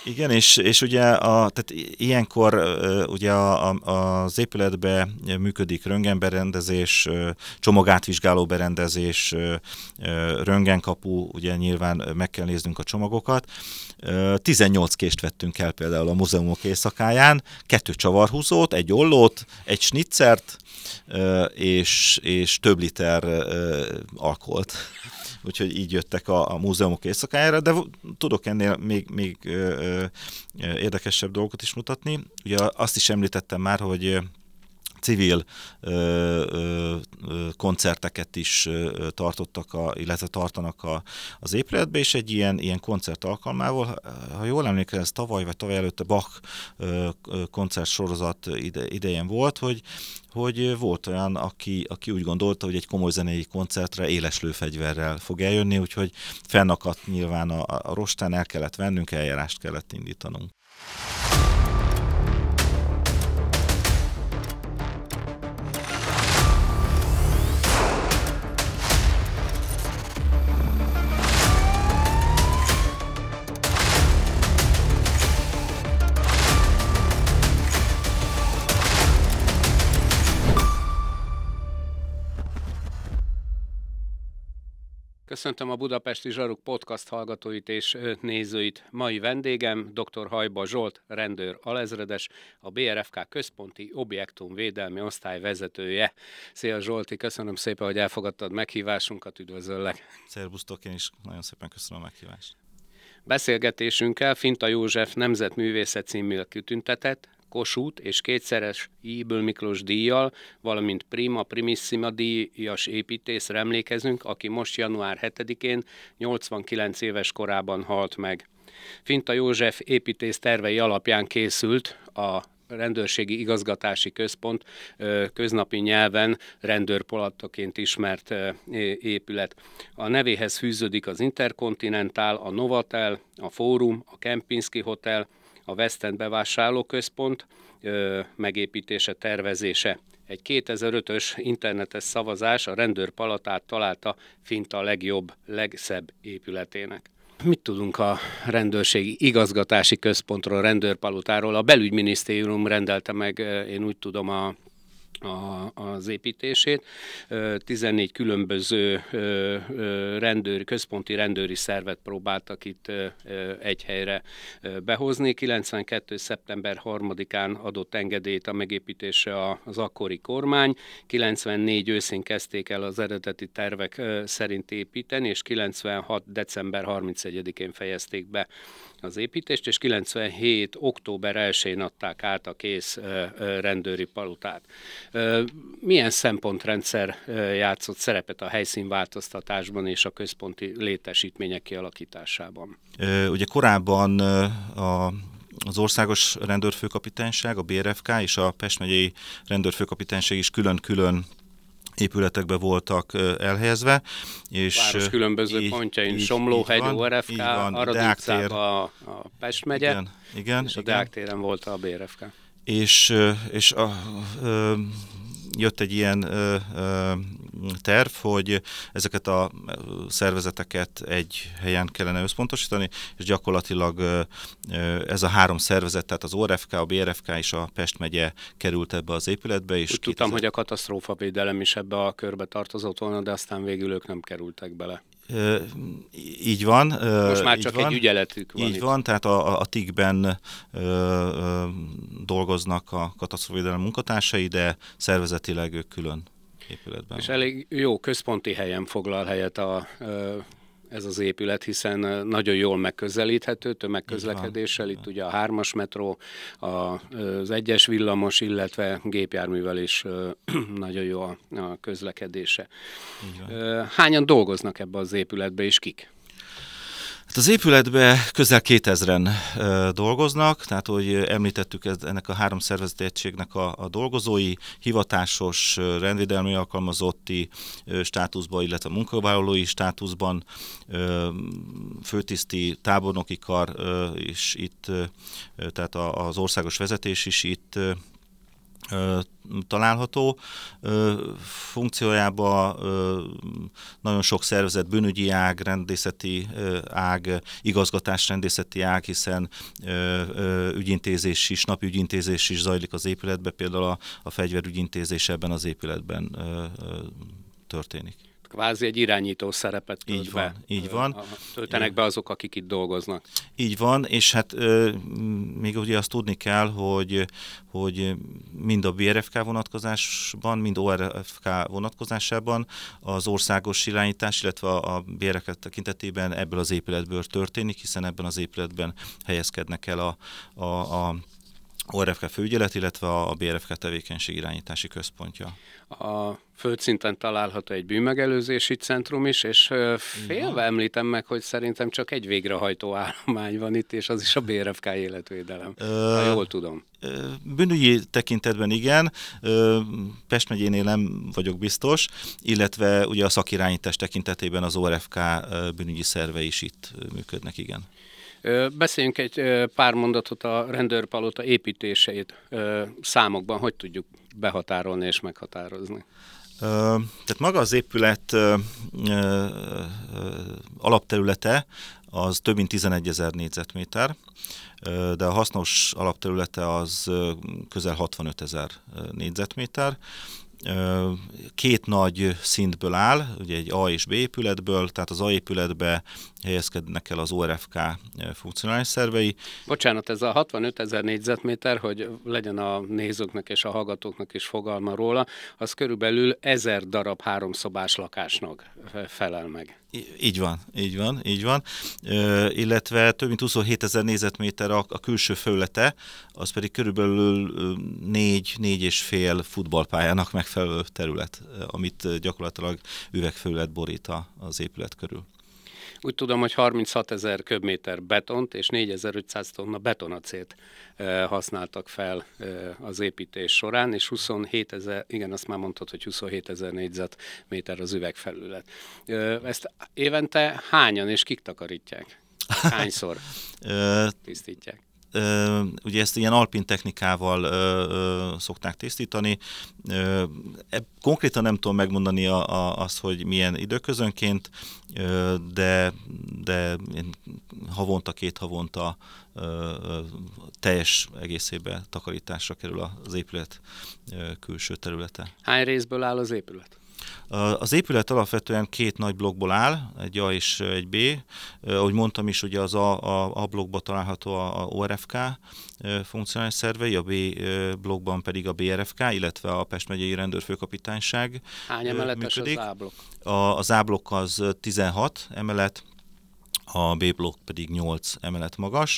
Igen, és ugye tehát ilyenkor ugye az épületben működik röntgenberendezés, csomagátvizsgáló berendezés, röntgenkapu, ugye nyilván meg kell néznünk a csomagokat. 18 kést vettünk el például a múzeumok éjszakáján, 2 csavarhúzót, egy ollót, egy snitzert, és több liter alkoholt. Úgyhogy így jöttek a múzeumok éjszakájára, de tudok ennél még érdekesebb dolgokat is mutatni. Ugye azt is említettem már, hogy civil koncerteket is tartottak, illetve tartanak az épületbe, és egy ilyen koncert alkalmával, ha jól emlékszem, ez tavaly vagy tavaly előtte Bach koncertsorozat idején volt, hogy volt olyan, aki úgy gondolta, hogy egy komoly zenei koncertre éles lőfegyverrel fog eljönni, úgyhogy fennakadt nyilván a rostán, el kellett vennünk, eljárást kellett indítanunk. Köszöntöm a Budapesti Zsaruk podcast hallgatóit és nézőit. Mai vendégem dr. Hajba Zsolt, rendőr alezredes, a BRFK központi objektumvédelmi osztály vezetője. Szia Zsolti, köszönöm szépen, hogy elfogadtad meghívásunkat, üdvözöllek. Szervusztok, én is nagyon szépen köszönöm a meghívást. Beszélgetésünkkel Finta József Nemzetművészet címmel kitüntetett, Kossuth és 2-szeres Ybl Miklós díjjal, valamint Prima Primissima díjas építészre emlékezünk, aki most január 7-én 89 éves korában halt meg. Finta József építész tervei alapján készült a Rendőrségi Igazgatási Központ, köznapi nyelven rendőrpalataként ismert épület. A nevéhez fűződik az Intercontinental, a Novotel, a Fórum, a Kempinski Hotel, a West End bevásárlóközpont megépítése, tervezése. Egy 2005-ös internetes szavazás a rendőrpalatát találta Finta legjobb, legszebb épületének. Mit tudunk a Rendőrségi Igazgatási Központról, a rendőrpalotáról? A Belügyminisztérium rendelte meg, én úgy tudom, az építését. 14 különböző központi rendőri szervet próbáltak itt egy helyre behozni. 92. szeptember 3-án adott engedélyt a megépítésre az akkori kormány. 94 őszén kezdték el az eredeti tervek szerint építeni, és 96. december 31-én fejezték be az építést, és 97. október 1-én adták át a kész rendőri palotát. Milyen szempontrendszer játszott szerepet a helyszínváltoztatásban és a központi létesítmények kialakításában? Ugye korábban az Országos Rendőrfőkapitányság, a BRFK és a Pest megyei Rendőrfőkapitányság is külön-külön épületekbe voltak elhelyezve. És város különböző pontjain, Somlóhegy, ORFK, Arad utcában a Pest megye, igen, és a Deák téren volt a BRFK. És jött egy ilyen terv, hogy ezeket a szervezeteket egy helyen kellene összpontosítani, és gyakorlatilag ez a 3 szervezet, tehát az ORFK, a BRFK és a Pest megye került ebbe az épületbe. És tudtam, hogy a katasztrófavédelem is ebbe a körbe tartozott volna, de aztán végül ők nem kerültek bele. Így van. Most már csak egy ügyeletük van. Így van, tehát a TIG-ben dolgoznak a katasztrófavédelem munkatársai, de szervezetileg ők külön épületben. És elég jó központi helyen foglal helyet ez az épület, hiszen nagyon jól megközelíthető tömegközlekedéssel, itt ugye a 3-as metró, az 1-es villamos, illetve gépjárművel is nagyon jó a közlekedése. Hányan dolgoznak ebbe az épületbe, és kik? Hát az épületben közel 2000-en dolgoznak, tehát ahogy említettük, ennek a 3 szervezeti egységnek a dolgozói, hivatásos, rendvédelmi alkalmazotti státuszban, illetve munkavállalói státuszban, főtiszti, tábornoki kar is itt, tehát az országos vezetés is itt található. Funkciójában nagyon sok szervezet, bűnügyi ág, rendészeti ág, igazgatásrendészeti ág, hiszen ügyintézés is, napi ügyintézés is zajlik az épületben, például a fegyverügyintézés ebben az épületben történik. Kvázi egy irányító szerepet tölt így van, be. Így van. Töltenek be azok, akik itt dolgoznak. Így van, és hát még ugye azt tudni kell, hogy mind a BRFK vonatkozásban, mind ORFK vonatkozásában az országos irányítás, illetve a BRFK tekintetében ebből az épületből történik, hiszen ebben az épületben helyezkednek el a ORFK főügyelet, illetve a BRFK tevékenység irányítási központja. A földszinten található egy bűnmegelőzési centrum is, és félve említem meg, hogy szerintem csak egy végrehajtó állomány van itt, és az is a BRFK életvédelem. Ha jól tudom. Bűnügyi tekintetben igen, Pest megyénél nem vagyok biztos, illetve ugye a szakirányítás tekintetében az ORFK bűnügyi szerve is itt működnek, igen. Beszéljünk egy pár mondatot a rendőrpalota építéseit számokban, hogy tudjuk behatárolni és meghatározni. Tehát maga az épület alapterülete az több mint 11 000 négyzetméter, de a hasznos alapterülete az közel 65 000 négyzetméter. Két nagy szintből áll, ugye egy A és B épületből, tehát az A épületbe helyezkednek el az ORFK funkcionális szervei. Bocsánat, ez a 65 000 négyzetméter, hogy legyen a nézőknek és a hallgatóknak is fogalma róla, az körülbelül 1000 darab háromszobás lakásnak felel meg. Így van. Illetve több mint 27 000 négyzetméter a külső felülete, az pedig körülbelül 4,5 futballpályának megfelelő terület, amit gyakorlatilag üvegfelület borít az épület körül. Úgy tudom, hogy 36 000 köbméter betont és 4500 tonna betonacélt használtak fel az építés során, és 27 000, igen, azt már mondtad, hogy 27 000 négyzetméter az üvegfelület. Ezt évente hányan és kik takarítják? Hányszor tisztítják? Ugye ezt ilyen alpin technikával szokták tisztítani. Konkrétan nem tudom megmondani azt, hogy milyen időközönként, de havonta, 2 havonta teljes egészében takarításra kerül az épület külső területe. Hány részből áll az épület? Az épület alapvetően 2 nagy blokkból áll, egy A és egy B. Ahogy mondtam is, ugye az A blokkban található a ORFK funkcionális szervei, a B blokkban pedig a BRFK, illetve a Pest megyei rendőrfőkapitányság. Hány emeletes működik. az A blokk? Az A blokk az 16 emelet, a B blokk pedig 8 emelet magas.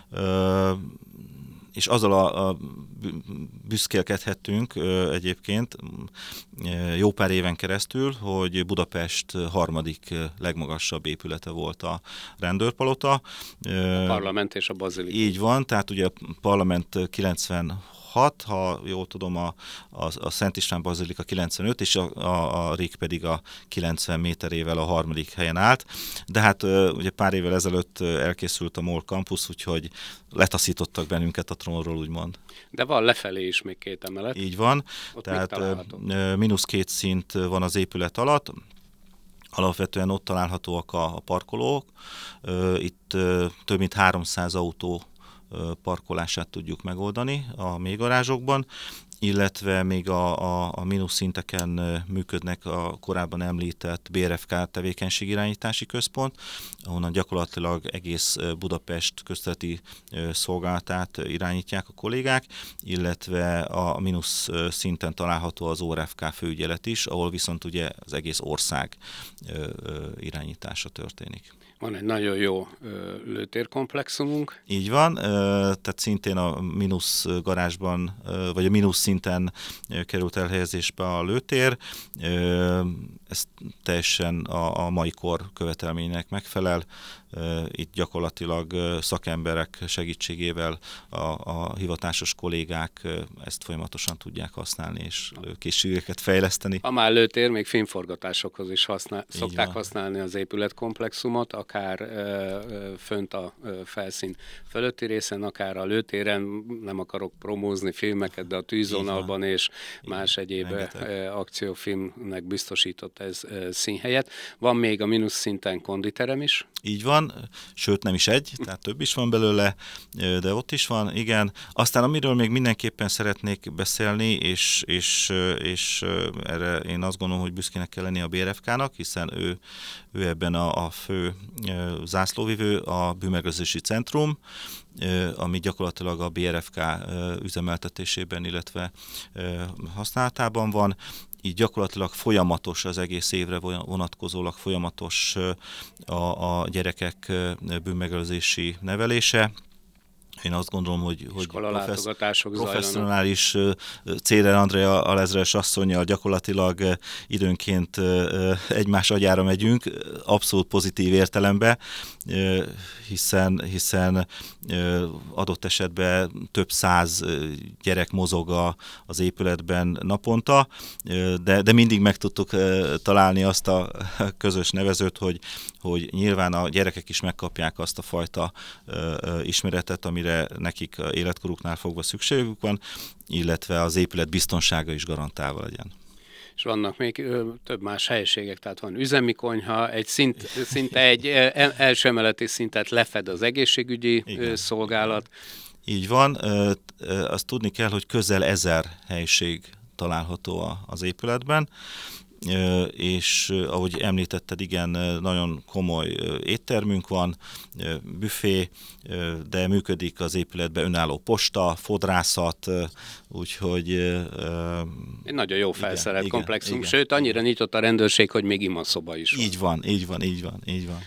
És azzal büszkélkedhettünk egyébként jó pár éven keresztül, hogy Budapest harmadik legmagasabb épülete volt a rendőrpalota. A parlament és a bazilika. Így van, tehát ugye a parlament 96, ha jól tudom, a Szent István bazilika 95, és a RIK pedig a 90 méterével a harmadik helyen állt. De hát ugye pár évvel ezelőtt elkészült a MOL campus, úgyhogy letaszítottak bennünket a trónról, úgymond. De van lefelé is még 2 emelet. Így van, ott tehát -2 szint van az épület alatt. Alapvetően ott találhatóak a parkolók. Itt több mint 300 autó parkolását tudjuk megoldani a mélygarázsokban, illetve még a mínusz szinteken működnek a korábban említett BRFK tevékenységirányítási központ, ahonnan gyakorlatilag egész Budapest közterületi szolgálatát irányítják a kollégák, illetve a mínusz szinten található az ORFK főügyelet is, ahol viszont ugye az egész ország irányítása történik. Van egy nagyon jó lőtérkomplexumunk. Így van, tehát szintén a mínusz garázsban, vagy a mínusz szinten került elhelyezésbe a lőtér. Ez ez teljesen a mai kor követelménynek megfelel. Itt gyakorlatilag szakemberek segítségével a hivatásos kollégák ezt folyamatosan tudják használni, és készségeket fejleszteni. A már lőtér még filmforgatásokhoz is szokták használni az épületkomplexumot, akár fönt a felszín fölötti részen, akár a lőtéren, nem akarok promózni filmeket, de a Tűzvonalban és más egyéb akciófilmnek biztosított ez színhelyet. Van még a mínusz szinten konditerem is. Így van, sőt nem is egy, tehát több is van belőle, de ott is van, igen. Aztán amiről még mindenképpen szeretnék beszélni, és erre én azt gondolom, hogy büszkének kell lenni a BRFK-nak, hiszen ő ebben a fő zászlóvivő, a bűnmegelőzési centrum, ami gyakorlatilag a BRFK üzemeltetésében, illetve használatában van. Így gyakorlatilag folyamatos az egész évre vonatkozólag folyamatos a gyerekek bűnmegelőzési nevelése. Én azt gondolom, hogy professzionális Céler Andrea alezredes asszonnyal gyakorlatilag időnként egymás agyára megyünk, abszolút pozitív értelemben, hiszen adott esetben több száz gyerek mozog az épületben naponta, de mindig meg tudtuk találni azt a közös nevezőt, hogy nyilván a gyerekek is megkapják azt a fajta ismeretet, amire nekik életkoruknál fogva szükségük van, illetve az épület biztonsága is garantálva legyen. És vannak még több más helyiségek, tehát van üzemi konyha, szinte egy első emeleti szintet lefed az egészségügyi szolgálat. Így van, azt tudni kell, hogy közel 1000 helység található az épületben, és ahogy említetted, igen, nagyon komoly éttermünk van, büfé, de működik az épületben önálló posta, fodrászat, úgyhogy... Egy nagyon jó felszerelt komplexum, sőt, annyira nyitott a rendőrség, hogy még imaszoba is van. Így van.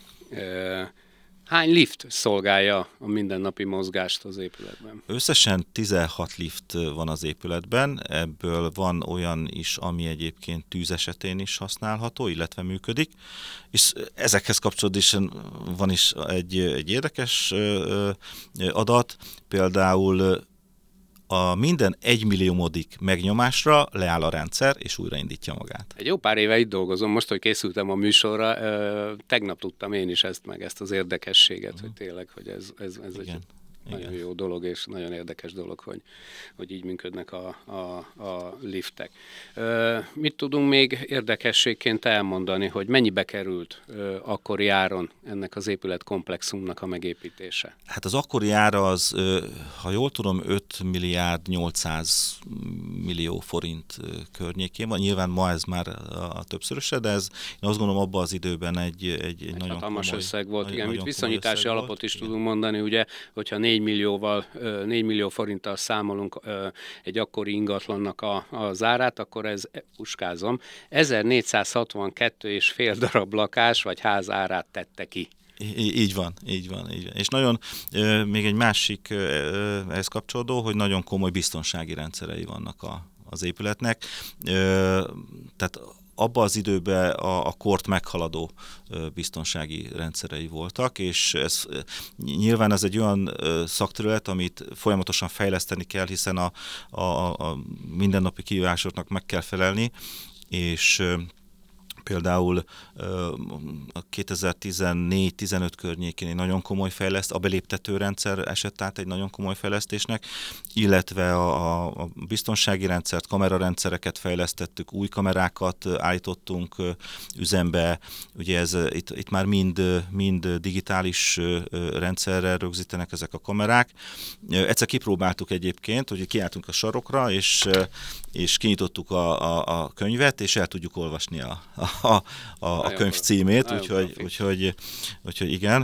Hány lift szolgálja a mindennapi mozgást az épületben? Összesen 16 lift van az épületben, ebből van olyan is, ami egyébként tűz esetén is használható, illetve működik, és ezekhez kapcsolódóan van is egy érdekes adat, például a minden 1 milliómodik megnyomásra leáll a rendszer, és újraindítja magát. Egy jó pár éve itt dolgozom, most, hogy készültem a műsorra, tegnap tudtam én is ezt az érdekességet, hogy tényleg, hogy ez egy nagyon jó dolog, és nagyon érdekes dolog, hogy így működnek a liftek. Mit tudunk még érdekességként elmondani, hogy mennyibe került akkori áron ennek az épületkomplexumnak a megépítése? Hát az akkori ára az, ha jól tudom, 5 milliárd 800 millió forint környékén van. Nyilván ma ez már a többszöröse, de ez, én azt gondolom, abban az időben egy nagyon hatalmas összeg volt. Igen, itt viszonyítási alapot is tudunk mondani, ugye, hogyha 4 millió forinttal számolunk egy akkori ingatlannak az árát, akkor ez, puskázom, 1462,5 darab lakás vagy ház árát tette ki. Így van. És nagyon, még egy másik ehhez kapcsolódó, hogy nagyon komoly biztonsági rendszerei vannak az épületnek. Tehát abban az időben a kort meghaladó biztonsági rendszerei voltak, és nyilván ez egy olyan szakterület, amit folyamatosan fejleszteni kell, hiszen a mindennapi kihívásoknak meg kell felelni, és például a 2014-15 környékén egy nagyon komoly a beléptető rendszer esett át egy nagyon komoly fejlesztésnek, illetve a biztonsági rendszert, kamerarendszereket fejlesztettük, új kamerákat állítottunk üzembe, ugye itt már mind digitális rendszerrel rögzítenek ezek a kamerák. Egyszer kipróbáltuk egyébként, hogy kiálltunk a sarokra, és kinyitottuk a könyvet, és el tudjuk olvasni a könyv címét, úgyhogy igen.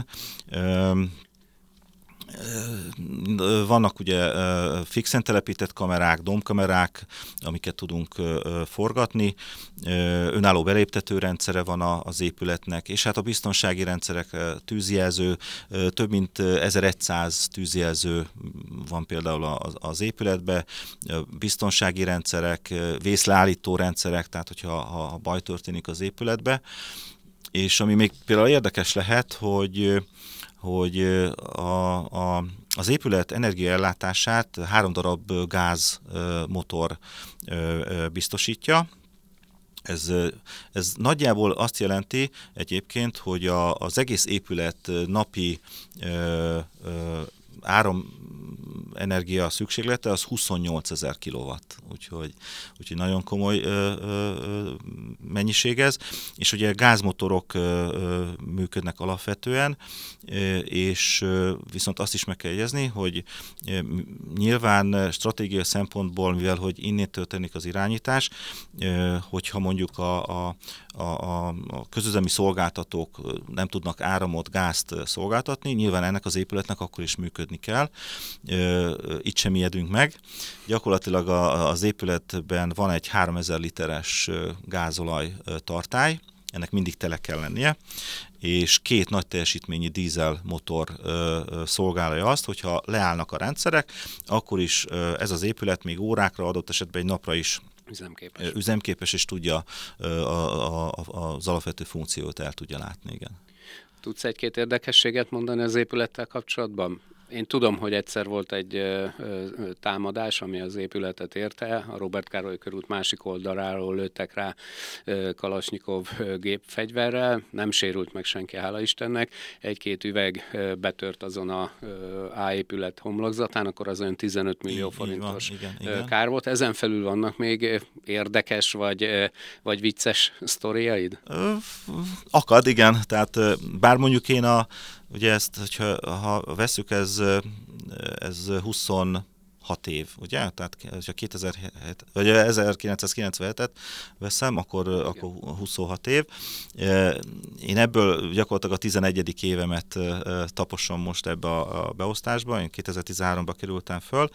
Vannak ugye fixen telepített kamerák, domkamerák, amiket tudunk forgatni, önálló beléptető rendszere van az épületnek, és hát a biztonsági rendszerek, tűzjelző, több mint 1100 tűzjelző van például az épületben, biztonsági rendszerek, vészleállító rendszerek, tehát hogyha baj történik az épületbe. És ami még például érdekes lehet, hogy az épület energiaellátását 3 darab gázmotor biztosítja. Ez nagyjából azt jelenti egyébként, hogy az egész épület napi áramenergia szükséglete az 28 000 kW, úgyhogy nagyon komoly mennyiség ez, és ugye gázmotorok működnek alapvetően, és viszont azt is meg kell jegyezni, hogy nyilván stratégiai szempontból, mivel hogy innen történik az irányítás, hogyha mondjuk a közüzemi szolgáltatók nem tudnak áramot, gázt szolgáltatni, nyilván ennek az épületnek akkor is működni kell. Itt sem ijedünk meg. Gyakorlatilag az épületben van egy 3000 literes gázolaj tartály, ennek mindig tele kell lennie, és 2 nagy teljesítményi dízel motor szolgálja azt, hogyha leállnak a rendszerek, akkor is ez az épület még órákra, adott esetben egy napra is üzemképes és tudja az alapvető funkciót el tudja látni, igen. Tudsz egy-két érdekességet mondani az épülettel kapcsolatban? Én tudom, hogy egyszer volt egy támadás, ami az épületet érte. A Róbert Károly körút másik oldaláról lőttek rá Kalasnyikov gépfegyverrel. Nem sérült meg senki, hála Istennek. 1-2 üveg betört azon a A épület homlokzatán, akkor az olyan 15 millió forintos igen. kár volt. Ezen felül vannak még érdekes vagy vicces sztoriaid? Akad, igen. Tehát bár mondjuk én ugye ezt, ha veszük, ez 26 év, ugye? Tehát ha 2007, vagy 1997-et veszem, akkor 26 év. Én ebből gyakorlatilag a 11. évemet taposom most ebbe a beosztásba, én 2013-ba kerültem föl.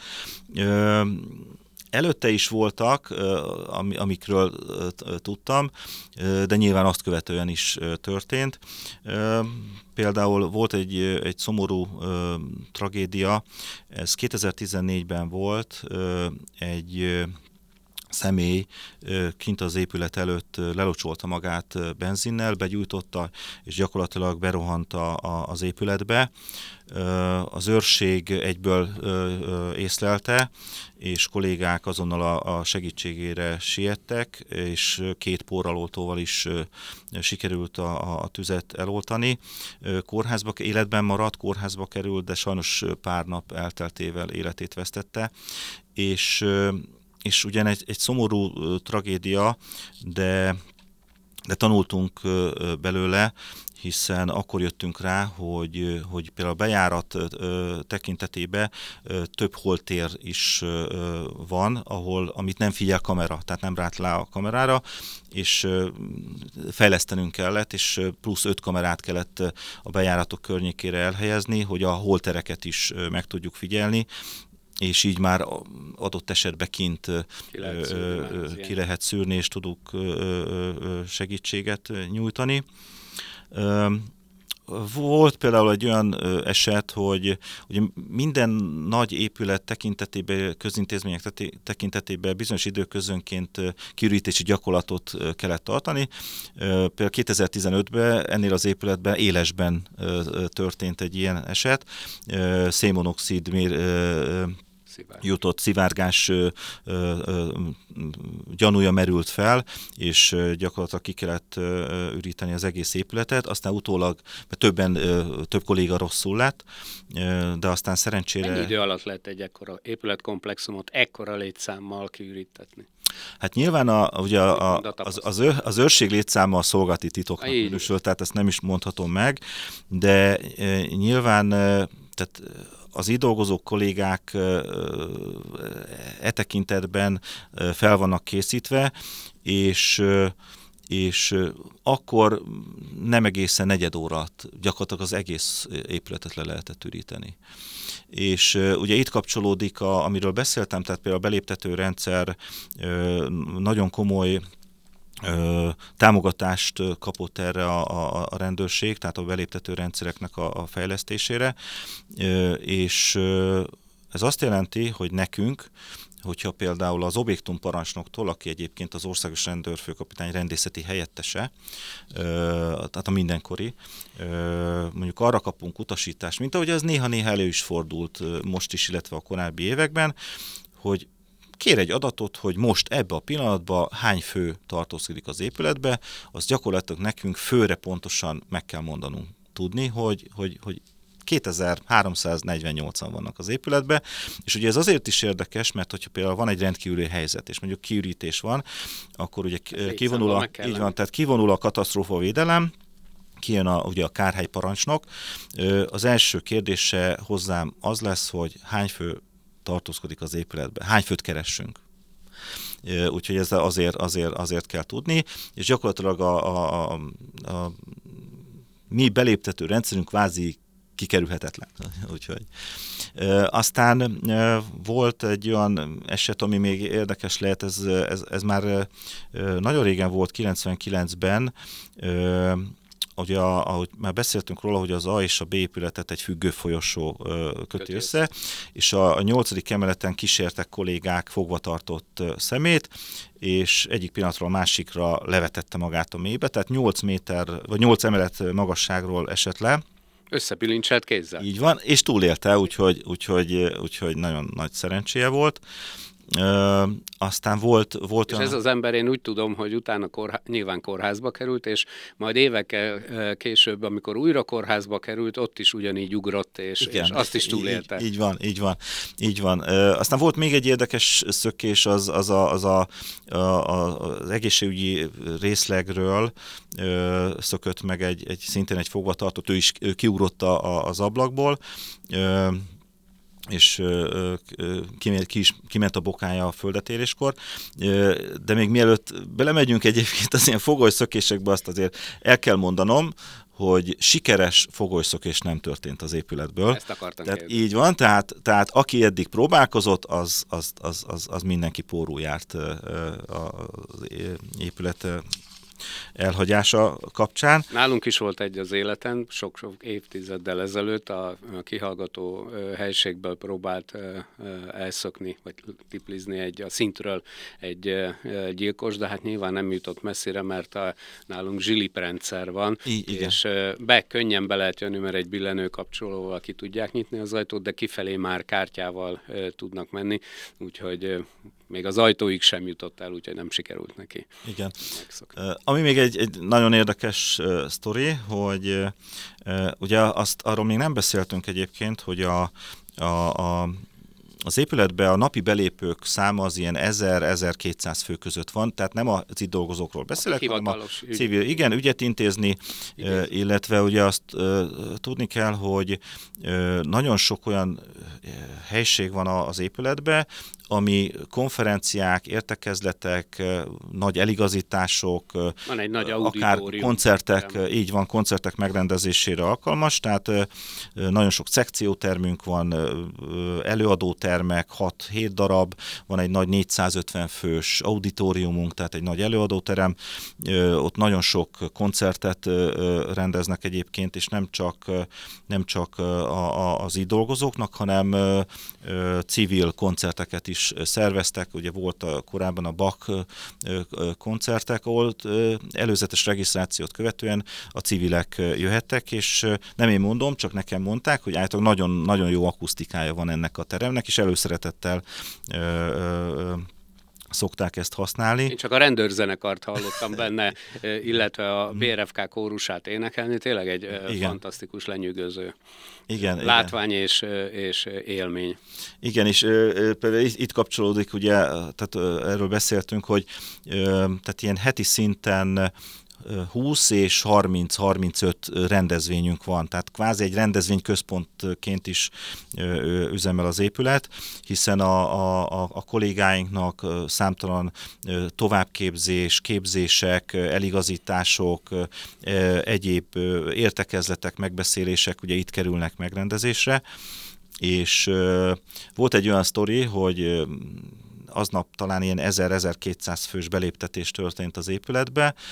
Előtte is voltak, amikről tudtam, de nyilván azt követően is történt. Például volt egy szomorú tragédia, ez 2014-ben volt, egy személy kint az épület előtt lelocsolta magát benzinnel, begyújtotta, és gyakorlatilag berohant az épületbe. Az őrség egyből észlelte, és kollégák azonnal a segítségére siettek, és 2 porraloltóval is sikerült a tüzet eloltani. Életben maradt, kórházba került, de sajnos pár nap elteltével életét vesztette, és ugyan egy szomorú tragédia, de tanultunk belőle, hiszen akkor jöttünk rá, hogy például a bejárat tekintetében több holtér is van, amit nem figyel kamera, tehát nem rát le a kamerára, és fejlesztenünk kellett, és plusz 5 kamerát kellett a bejáratok környékére elhelyezni, hogy a holtereket is meg tudjuk figyelni, és így már adott esetben kint ki lehet szűrni, és tudunk segítséget nyújtani. Volt például egy olyan eset, hogy ugye minden nagy épület tekintetében, közintézmények tekintetében bizonyos időközönként kiürítési gyakorlatot kellett tartani. Például 2015-ben ennél az épületben élesben történt egy ilyen eset. Szénmonoxid jutott, szivárgás gyanúja merült fel, és gyakorlatilag ki kellett üríteni az egész épületet, aztán utólag több kolléga rosszul lett, de aztán szerencsére... Ennyi idő alatt lehet egy ekkora épületkomplexumot ekkora létszámmal kiürítetni? Hát nyilván az őrség létszáma a szolgálati titoknak minősül, tehát ezt nem is mondhatom meg, de nyilván tehát az itt dolgozó kollégák tekintetben fel vannak készítve, és akkor nem egészen 4 óra alatt gyakorlatilag az egész épületet le lehetett üríteni. És ugye itt kapcsolódik, amiről beszéltem, tehát például a beléptető rendszer nagyon komoly támogatást kapott erre a rendőrség, tehát a beléptető rendszereknek a fejlesztésére, és Ez azt jelenti, hogy nekünk, hogyha például az objektumparancsnoktól, aki egyébként az országos rendőrfőkapitány rendészeti helyettese, tehát a mindenkori, mondjuk arra kapunk utasítást, mint ahogy ez néha-néha elő is fordult most is, illetve a korábbi években, hogy kér egy adatot, hogy most ebbe a pillanatban hány fő tartózkodik az épületbe, az gyakorlatilag nekünk főre pontosan meg kell mondanunk tudni, hogy 2348-an vannak az épületben, és ugye ez azért is érdekes, mert hogyha például van egy rendkívüli helyzet, és mondjuk kiürítés van, akkor ugye kivonul a katasztrófavédelem, kijön ugye a kárhely parancsnok. Az első kérdése hozzám az lesz, hogy hány fő tartózkodik az épületben, hány főt keressünk. Úgyhogy ez azért kell tudni, és gyakorlatilag a mi beléptető rendszerünk kvázi kikerülhetetlen. Úgyhogy. Aztán volt egy olyan eset, ami még érdekes lehet, ez már nagyon régen volt, 99-ben, ugye, ahogy már beszéltünk róla, hogy az A és a B épületet egy függő folyosó köti össze, és a 8. emeleten kísértek kollégák fogvatartott szemét, és egyik pillanatról a másikra levetette magát a mélybe, tehát 8 méter, vagy 8 emelet magasságról esett le. Összebilincselt kézzel. Így van, és túlélte, úgyhogy nagyon nagy szerencséje volt. Aztán volt és olyan... ez az ember, én úgy tudom, hogy utána nyilván kórházba került, és majd évekkel később, amikor újra kórházba került, ott is ugyanígy ugrott, és azt is túlélte. Így van. Aztán volt még egy érdekes szökés, az egészségügyi részlegről szökött meg szintén egy fogvatartott, ő is kiugrott az ablakból, és kiment a bokája a földetéréskor, de még mielőtt belemegyünk egyébként az ilyen fogolyszökésekbe, azt azért el kell mondanom, hogy sikeres fogolyszökés nem történt az épületből. Ezt akartam tehát így van, tehát aki eddig próbálkozott, az mindenki pórul járt az épület elhagyása kapcsán. Nálunk is volt egy az életen, sok-sok évtizeddel ezelőtt a kihallgató helységből próbált elszökni, vagy tiplizni a szintről egy gyilkos, de hát nyilván nem jutott messzire, mert nálunk zsiliprendszer van, és könnyen be lehet jönni, mert egy billenő kapcsolóval ki tudják nyitni az ajtót, de kifelé már kártyával tudnak menni, úgyhogy még az ajtóig sem jutott el, úgyhogy nem sikerült neki. Igen. Ami még egy nagyon érdekes sztori, hogy ugye arról még nem beszéltünk egyébként, hogy az épületben a napi belépők száma az ilyen 1000-1200 fő között van, tehát nem az itt dolgozókról beszélek, hanem a civil, ügyet intézni, illetve ugye azt tudni kell, hogy nagyon sok olyan helység van az épületben, ami konferenciák, értekezletek, nagy eligazítások, van egy nagy akár koncertek megrendezésére alkalmas, tehát nagyon sok szekciótermünk van, előadótermek, 6-7 darab, van egy nagy 450 fős auditoriumunk, tehát egy nagy előadóterem, ott nagyon sok koncertet rendeznek egyébként, és nem csak az itt dolgozóknak, hanem civil koncerteket is szerveztek, ugye volt korábban a Bach koncertek, ahol előzetes regisztrációt követően a civilek jöhettek, és nem én mondom, csak nekem mondták, hogy általában nagyon, nagyon jó akusztikája van ennek a teremnek, és előszeretettel szokták ezt használni. Én csak a rendőrzenekart hallottam benne, illetve a BRFK kórusát énekelni, tényleg egy fantasztikus, lenyűgöző látvány és élmény. Igen, és például itt kapcsolódik, ugye, tehát erről beszéltünk, hogy tehát ilyen heti szinten 20 és 30-35 rendezvényünk van, tehát kvázi egy rendezvényközpontként is üzemel az épület, hiszen a kollégáinknak számtalan továbbképzés, képzések, eligazítások, egyéb értekezletek, megbeszélések ugye itt kerülnek megrendezésre, és volt egy olyan sztori, hogy aznap talán ilyen 1000-1200 fős beléptetés történt az épületbe,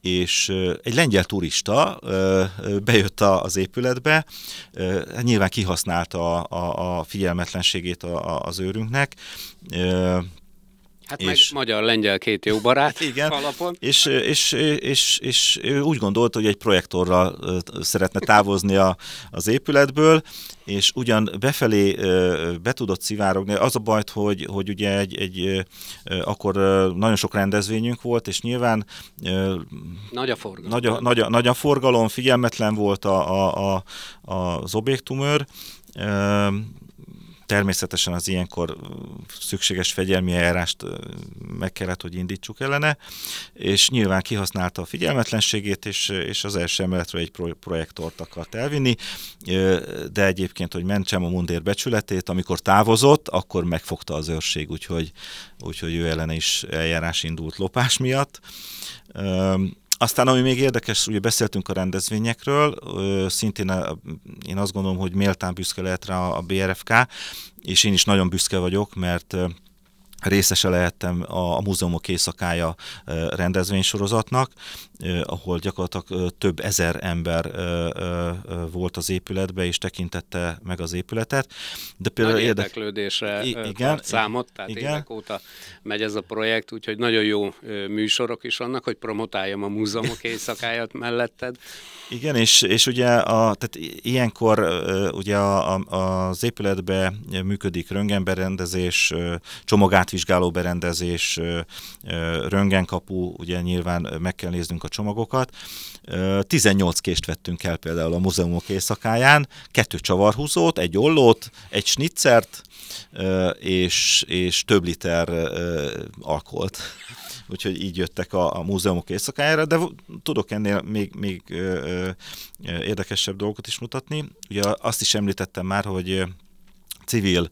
és egy lengyel turista bejött az épületbe, nyilván kihasználta a figyelmetlenségét az őrünknek. Hát meg magyar-lengyel két jó barát igen, alapon. és ő úgy gondolta, hogy egy projektorral szeretne távozni az épületből, és ugyan befelé be tudott szivárogni. Az a baj, hogy ugye akkor nagyon sok rendezvényünk volt, és nyilván nagy a forgalom. Nagy a forgalom, figyelmetlen volt az objektumőr. Természetesen az ilyenkor szükséges fegyelmi eljárást meg kellett, hogy indítsuk ellene, és nyilván kihasználta a figyelmetlenségét, és az első emeletről egy projektort akart elvinni, de egyébként, hogy mentsem a mundér becsületét, amikor távozott, akkor megfogta az őrség, úgyhogy ő ellene is eljárás indult lopás miatt. Aztán, ami még érdekes, ugye beszéltünk a rendezvényekről, szintén én azt gondolom, hogy méltán büszke lehet rá a BRFK, és én is nagyon büszke vagyok, mert részese lehettem a Múzeumok Éjszakája rendezvénysorozatnak, ahol gyakorlatilag több ezer ember volt az épületbe, és tekintette meg az épületet. De például nagy érdeklődésre tart számot, tehát igen. Évek óta megy ez a projekt, úgyhogy nagyon jó műsorok is vannak, hogy promotáljam a Múzeumok Éjszakáját melletted. Igen, és ugye tehát ilyenkor ugye az épületbe működik röntgenberendezés, csomagátvizsgáló berendezés, röntgenkapu, ugye nyilván meg kell néznünk a csomagokat. 18 kést vettünk el például a Múzeumok Éjszakáján, 2 csavarhúzót, egy ollót, egy snitzert, és több liter alkoholt. Úgyhogy így jöttek a Múzeumok Éjszakájára, de tudok ennél még érdekesebb dolgokat is mutatni. Ugye azt is említettem már, hogy civil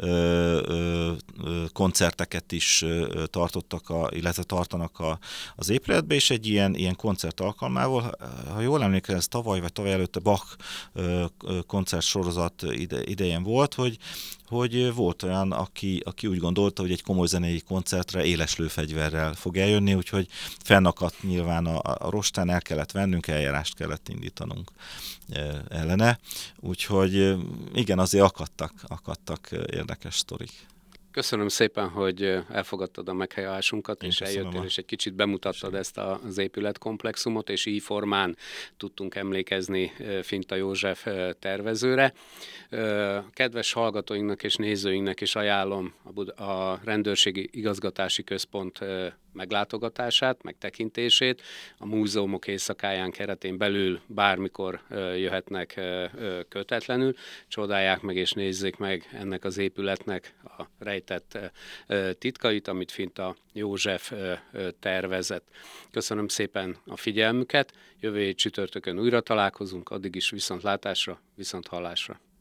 koncerteket is tartottak, illetve tartanak az épületbe, és egy ilyen koncert alkalmával, ha jól emlékszem, ez tavaly vagy tavaly előtte Bach koncertsorozat idején volt, hogy volt olyan, aki úgy gondolta, hogy egy komoly zenei koncertre éles lőfegyverrel fog eljönni, úgyhogy fennakadt nyilván a rostán, el kellett vennünk, eljárást kellett indítanunk ellene. Úgyhogy igen, azért akadtak érdekes sztorik. Köszönöm szépen, hogy elfogadtad a meghívásunkat, és köszönöm, eljöttél, és egy kicsit bemutattad ezt az épületkomplexumot, és így formán tudtunk emlékezni Finta József tervezőre. Kedves hallgatóinknak és nézőinknek is ajánlom a Rendőrségi Igazgatási Központ meglátogatását, megtekintését. A Múzeumok Éjszakáján keretén belül bármikor jöhetnek kötetlenül, csodálják meg és nézzék meg ennek az épületnek a rejtett titkait, amit Finta József tervezett. Köszönöm szépen a figyelmüket, jövő hét csütörtökön újra találkozunk, addig is viszontlátásra, viszonthallásra.